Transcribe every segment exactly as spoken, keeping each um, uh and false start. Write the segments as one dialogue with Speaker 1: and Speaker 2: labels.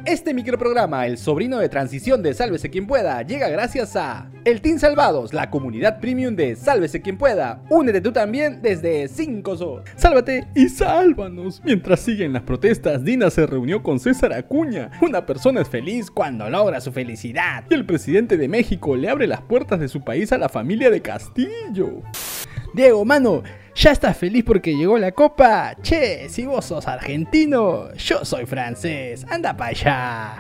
Speaker 1: Este microprograma, el sobrino de transición de Sálvese Quien Pueda, llega gracias a el Team Salvados, la comunidad premium de Sálvese Quien Pueda. Únete tú también desde cinco soles. Sálvate y sálvanos. Mientras siguen las protestas, Dina se reunió con César Acuña. Una persona es feliz cuando logra su felicidad. Y el presidente de México le abre las puertas de su país a la familia de Castillo. Diego, mano, ¿ya estás feliz porque llegó la copa? Che, si vos sos argentino, yo soy francés, anda pa' allá.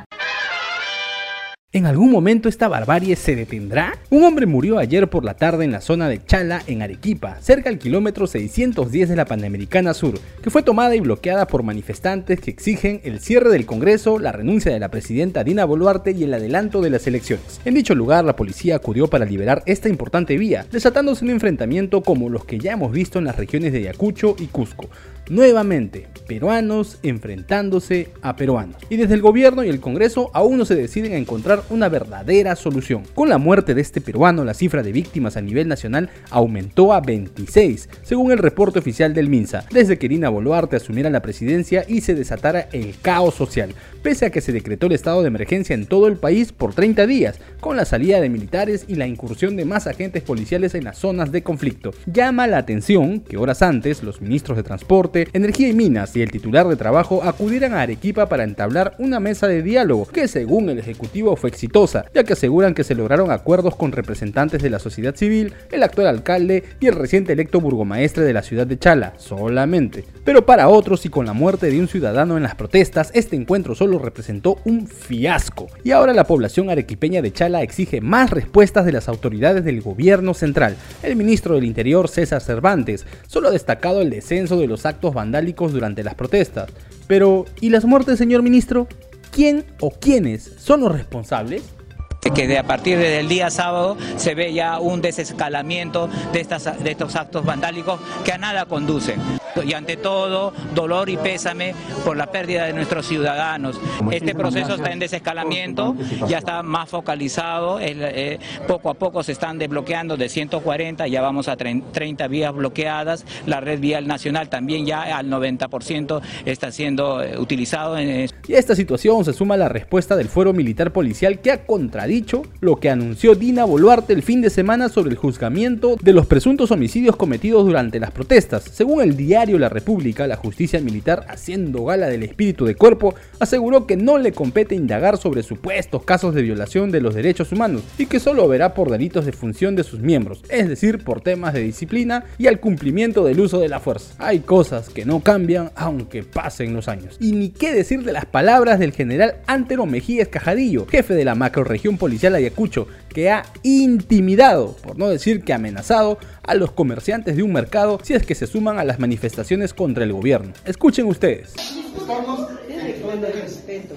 Speaker 1: ¿En algún momento esta barbarie se detendrá? Un hombre murió ayer por la tarde en la zona de Chala, en Arequipa, cerca al kilómetro seiscientos diez de la Panamericana Sur, que fue tomada y bloqueada por manifestantes que exigen el cierre del Congreso, la renuncia de la presidenta Dina Boluarte y el adelanto de las elecciones. En dicho lugar, la policía acudió para liberar esta importante vía, desatándose un enfrentamiento como los que ya hemos visto en las regiones de Ayacucho y Cusco. Nuevamente, peruanos enfrentándose a peruanos. Y desde el gobierno y el Congreso aún no se deciden a encontrar una verdadera solución. Con la muerte de este peruano, la cifra de víctimas a nivel nacional aumentó a veintiséis, según el reporte oficial del MINSA, desde que Dina Boluarte asumiera la presidencia y se desatara el caos social, pese a que se decretó el estado de emergencia en todo el país por treinta días, con la salida de militares y la incursión de más agentes policiales en las zonas de conflicto. Llama la atención que horas antes los ministros de Transporte, Energía y Minas y el titular de Trabajo acudieran a Arequipa para entablar una mesa de diálogo que, según el Ejecutivo, fue exitosa, ya que aseguran que se lograron acuerdos con representantes de la sociedad civil, el actual alcalde y el reciente electo burgomaestre de la ciudad de Chala, solamente. Pero para otros, y con la muerte de un ciudadano en las protestas, este encuentro solo representó un fiasco. Y ahora la población arequipeña de Chala exige más respuestas de las autoridades del gobierno central. El ministro del Interior, César Cervantes, solo ha destacado el descenso de los actos vandálicos durante las protestas. Pero, ¿y las muertes, señor ministro? ¿Quién o quiénes son los responsables?
Speaker 2: Que de a partir del día sábado se ve ya un desescalamiento de, estas, de estos actos vandálicos que a nada conducen. Y ante todo, dolor y pésame por la pérdida de nuestros ciudadanos. Este proceso está en desescalamiento, ya está más focalizado, el, eh, poco a poco se están desbloqueando de ciento cuarenta, ya vamos a treinta vías bloqueadas, la red vial nacional también ya al noventa por ciento está siendo eh, utilizado. En...
Speaker 1: Y a esta situación se suma la respuesta del Fuero Militar Policial, que ha contradicho lo que anunció Dina Boluarte el fin de semana sobre el juzgamiento de los presuntos homicidios cometidos durante las protestas. Según el diario La República, la justicia militar, haciendo gala del espíritu de cuerpo, aseguró que no le compete indagar sobre supuestos casos de violación de los derechos humanos y que solo verá por delitos de función de sus miembros, es decir, por temas de disciplina y al cumplimiento del uso de la fuerza. Hay cosas que no cambian aunque pasen los años. Y ni qué decir de las palabras del general Antero Mejías Cajadillo, jefe de la macrorregión policial Ayacucho, que ha intimidado, por no decir que amenazado, a los comerciantes de un mercado si es que se suman a las manifestaciones contra el gobierno. Escuchen ustedes.
Speaker 3: Estamos en el respeto.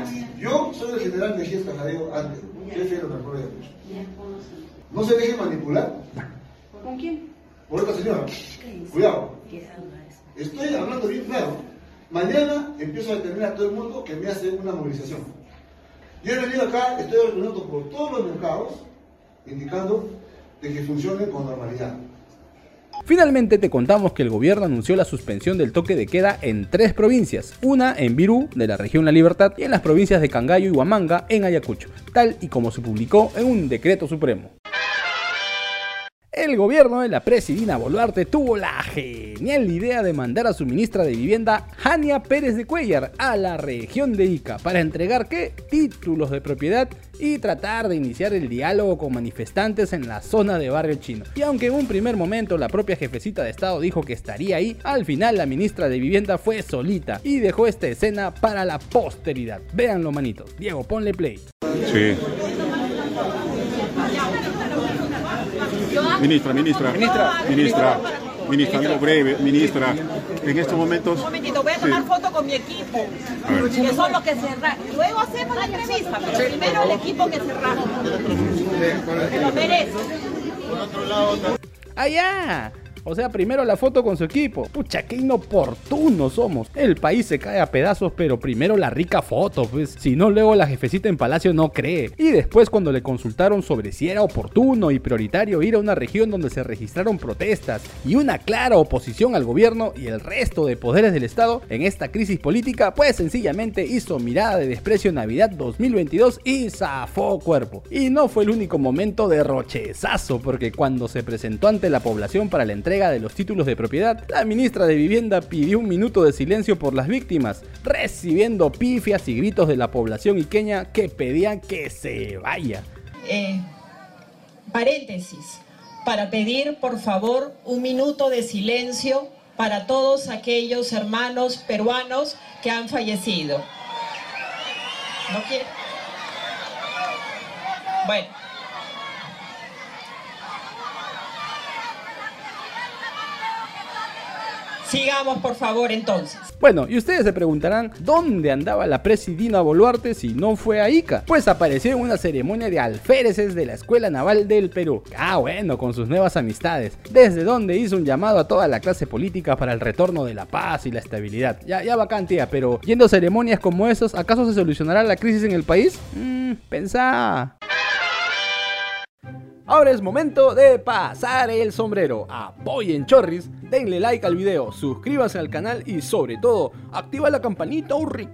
Speaker 3: Yo soy el general Mejías Cajadillo antes, jefe de la Macrorregión. No se deje manipular.
Speaker 4: ¿Con quién?
Speaker 3: Por esta señora. Cuidado. Estoy hablando bien claro. Mañana empiezo a determinar a todo el mundo que me hace una movilización. Yo he venido acá, estoy reuniendo por todos los mercados, indicando de que funcionen con normalidad.
Speaker 1: Finalmente te contamos que el gobierno anunció la suspensión del toque de queda en tres provincias, una en Virú, de la región La Libertad, y en las provincias de Cangallo y Huamanga, en Ayacucho, tal y como se publicó en un decreto supremo. El gobierno de la presidenta Boluarte tuvo la genial idea de mandar a su ministra de Vivienda, Jania Pérez de Cuellar, a la región de Ica para entregar ¿qué? títulos de propiedad y tratar de iniciar el diálogo con manifestantes en la zona de Barrio Chino. Y aunque en un primer momento la propia jefecita de Estado dijo que estaría ahí, al final la ministra de Vivienda fue solita y dejó esta escena para la posteridad. Véanlo, manitos. Diego, ponle play.
Speaker 5: Sí. Ministra, ministra, ministra, ministra, ministra, algo breve, ministra, en estos momentos...
Speaker 6: Un momentito, voy a tomar sí. foto con mi equipo, que son los que se rajan. Luego hacemos la entrevista, pero primero el equipo que se raja, que lo merece.
Speaker 1: ¡Allá! O sea, primero la foto con su equipo. Pucha, qué inoportunos somos. El país se cae a pedazos, pero primero la rica foto, pues. Si no, luego la jefecita en Palacio no cree. Y después, cuando le consultaron sobre si era oportuno y prioritario ir a una región donde se registraron protestas y una clara oposición al gobierno y el resto de poderes del Estado en esta crisis política, pues sencillamente hizo mirada de desprecio en Navidad dos mil veintidós y zafó cuerpo. Y no fue el único momento de rochezazo, porque cuando se presentó ante la población para la entrega de los títulos de propiedad, la ministra de Vivienda pidió un minuto de silencio por las víctimas, recibiendo pifias y gritos de la población iqueña que pedían que se vaya.
Speaker 4: Eh, paréntesis, para pedir por favor un minuto de silencio para todos aquellos hermanos peruanos que han fallecido. ¿No quiere? Bueno. Sigamos, por favor, entonces.
Speaker 1: Bueno, y ustedes se preguntarán, ¿dónde andaba la presidina Boluarte si no fue a Ica? Pues apareció en una ceremonia de alféreces de la Escuela Naval del Perú. Ah, bueno, con sus nuevas amistades. Desde donde hizo un llamado a toda la clase política para el retorno de la paz y la estabilidad. Ya, ya bacán, tía, pero yendo a ceremonias como esas, ¿acaso se solucionará la crisis en el país? Mmm, pensá. Ahora es momento de pasar el sombrero. Apoyen Chorris, denle like al video, suscríbanse al canal y sobre todo, activa la campanita, urri.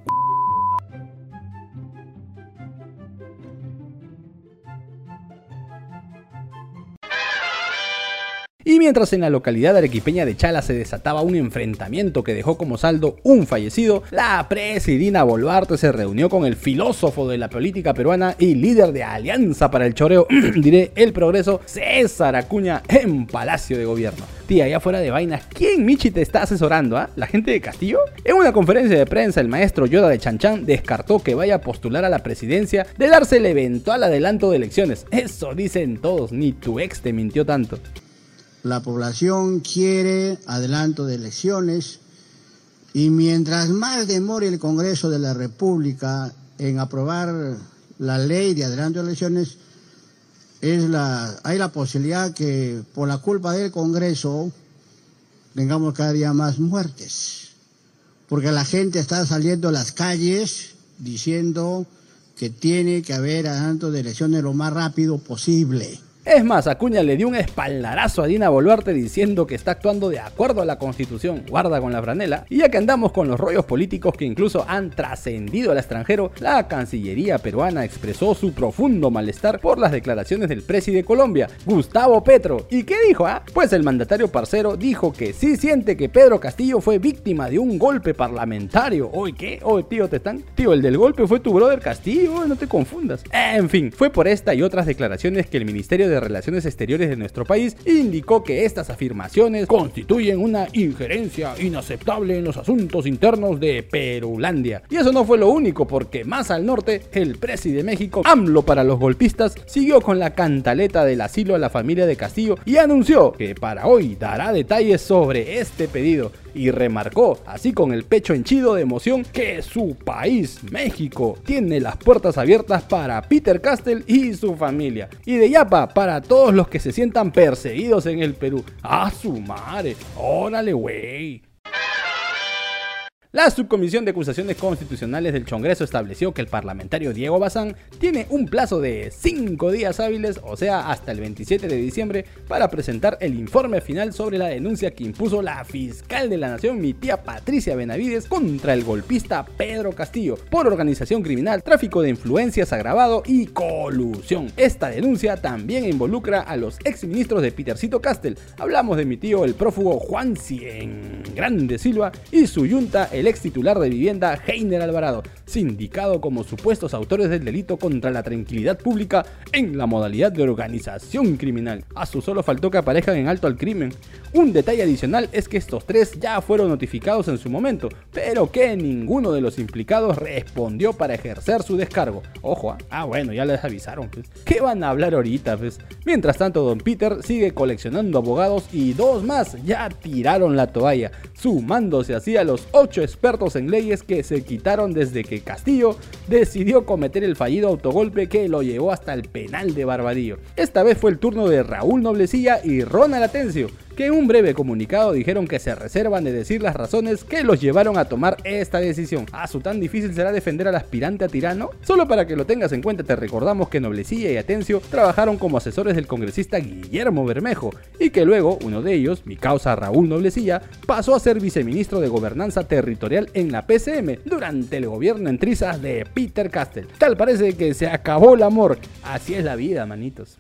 Speaker 1: Y mientras en la localidad arequipeña de Chala se desataba un enfrentamiento que dejó como saldo un fallecido, la presidina Boluarte se reunió con el filósofo de la política peruana y líder de Alianza para el Choreo, diré el progreso, César Acuña, en Palacio de Gobierno. Tía, ya fuera de vainas, ¿quién Michi te está asesorando? ¿Ah? ¿La gente de Castillo? En una conferencia de prensa, el maestro Yoda de Chanchan descartó que vaya a postular a la presidencia de darse el eventual adelanto de elecciones. Eso dicen todos, ni tu ex te mintió tanto.
Speaker 7: La población quiere adelanto de elecciones y mientras más demore el Congreso de la República en aprobar la ley de adelanto de elecciones, es la, hay la posibilidad que por la culpa del Congreso tengamos cada día más muertes. Porque la gente está saliendo a las calles diciendo que tiene que haber adelanto de elecciones lo más rápido posible.
Speaker 1: Es más, Acuña le dio un espaldarazo a Dina Boluarte diciendo que está actuando de acuerdo a la Constitución, guarda con la franela. Y ya que andamos con los rollos políticos que incluso han trascendido al extranjero, la Cancillería peruana expresó su profundo malestar por las declaraciones del presidente de Colombia, Gustavo Petro. ¿Y qué dijo? Ah? Pues el mandatario parcero dijo que sí siente que Pedro Castillo fue víctima de un golpe parlamentario. ¿Oye qué? Oye tío, te están... Tío, el del golpe fue tu brother Castillo, no te confundas. En fin, fue por esta y otras declaraciones que el Ministerio de Relaciones Exteriores de nuestro país indicó que estas afirmaciones constituyen una injerencia inaceptable en los asuntos internos de Perulandia. Y eso no fue lo único, porque más al norte, el presi de México, AMLO para los golpistas, siguió con la cantaleta del asilo a la familia de Castillo y anunció que para hoy dará detalles sobre este pedido. Y remarcó, así con el pecho henchido de emoción, que su país, México, tiene las puertas abiertas para Peter Castell y su familia. Y de Yapa, para todos los que se sientan perseguidos en el Perú. ¡A su madre! ¡Órale, güey! La Subcomisión de Acusaciones Constitucionales del Congreso estableció que el parlamentario Diego Bazán tiene un plazo de cinco días hábiles, o sea, hasta el veintisiete de diciembre, para presentar el informe final sobre la denuncia que impuso la fiscal de la Nación, mi tía Patricia Benavides, contra el golpista Pedro Castillo, por organización criminal, tráfico de influencias agravado y colusión. Esta denuncia también involucra a los exministros de Petercito Castell. Hablamos de mi tío el prófugo Juan Cien Grande Silva y su yunta, el ex titular de vivienda Heiner Alvarado, sindicado como supuestos autores del delito contra la tranquilidad pública en la modalidad de organización criminal. A su solo faltó que aparezcan en alto al crimen. Un detalle adicional es que estos tres ya fueron notificados en su momento, pero que ninguno de los implicados respondió para ejercer su descargo. Ojo, ah bueno, ya les avisaron, pues. ¿Qué van a hablar ahorita, pues? Mientras tanto, don Peter sigue coleccionando abogados y dos más ya tiraron la toalla, sumándose así a los ocho expertos en leyes que se quitaron desde que Castillo decidió cometer el fallido autogolpe que lo llevó hasta el penal de Barbadillo. Esta vez fue el turno de Raúl Noblecilla y Ronald Atencio, que en un breve comunicado dijeron que se reservan de decir las razones que los llevaron a tomar esta decisión. ¿Ah, su tan difícil será defender al aspirante a tirano? Solo para que lo tengas en cuenta te recordamos que Noblecilla y Atencio trabajaron como asesores del congresista Guillermo Bermejo y que luego uno de ellos, mi causa Raúl Noblecilla, pasó a ser viceministro de Gobernanza Territorial en la P C M durante el gobierno en trizas de Peter Castell. Tal parece que se acabó el amor. Así es la vida, manitos.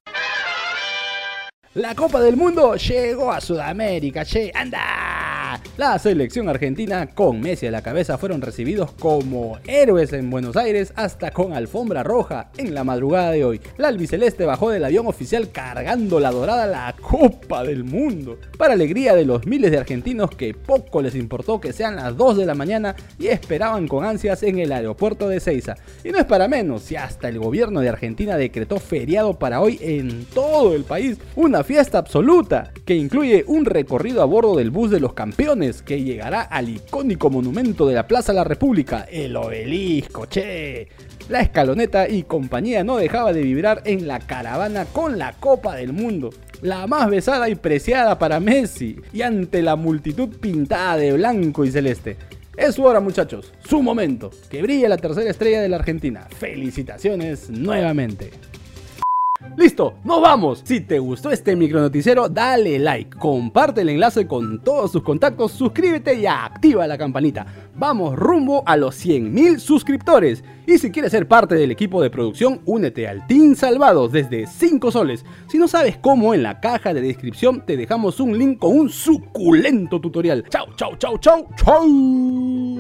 Speaker 1: La Copa del Mundo llegó a Sudamérica, che, ¡anda! La selección argentina con Messi a la cabeza fueron recibidos como héroes en Buenos Aires, hasta con alfombra roja en la madrugada de hoy. La albiceleste bajó del avión oficial cargando la dorada la Copa del Mundo, para alegría de los miles de argentinos que poco les importó que sean las dos de la mañana y esperaban con ansias en el aeropuerto de Ezeiza. Y no es para menos, si hasta el gobierno de Argentina decretó feriado para hoy en todo el país, una fiesta absoluta que incluye un recorrido a bordo del bus de los campeones que llegará al icónico monumento de la Plaza de la República, el Obelisco, che. La escaloneta y compañía no dejaba de vibrar en la caravana con la Copa del Mundo, la más besada y preciada para Messi, y ante la multitud pintada de blanco y celeste. Es su hora, muchachos, su momento, que brille la tercera estrella de la Argentina. Felicitaciones nuevamente. ¡Listo! ¡Nos vamos! Si te gustó este micronoticiero, dale like, comparte el enlace con todos tus contactos, suscríbete y activa la campanita. Vamos rumbo a los cien mil suscriptores. Y si quieres ser parte del equipo de producción, únete al Team Salvados desde cinco soles. Si no sabes cómo, en la caja de descripción te dejamos un link con un suculento tutorial. ¡Chau, chau, chau, chau, chau!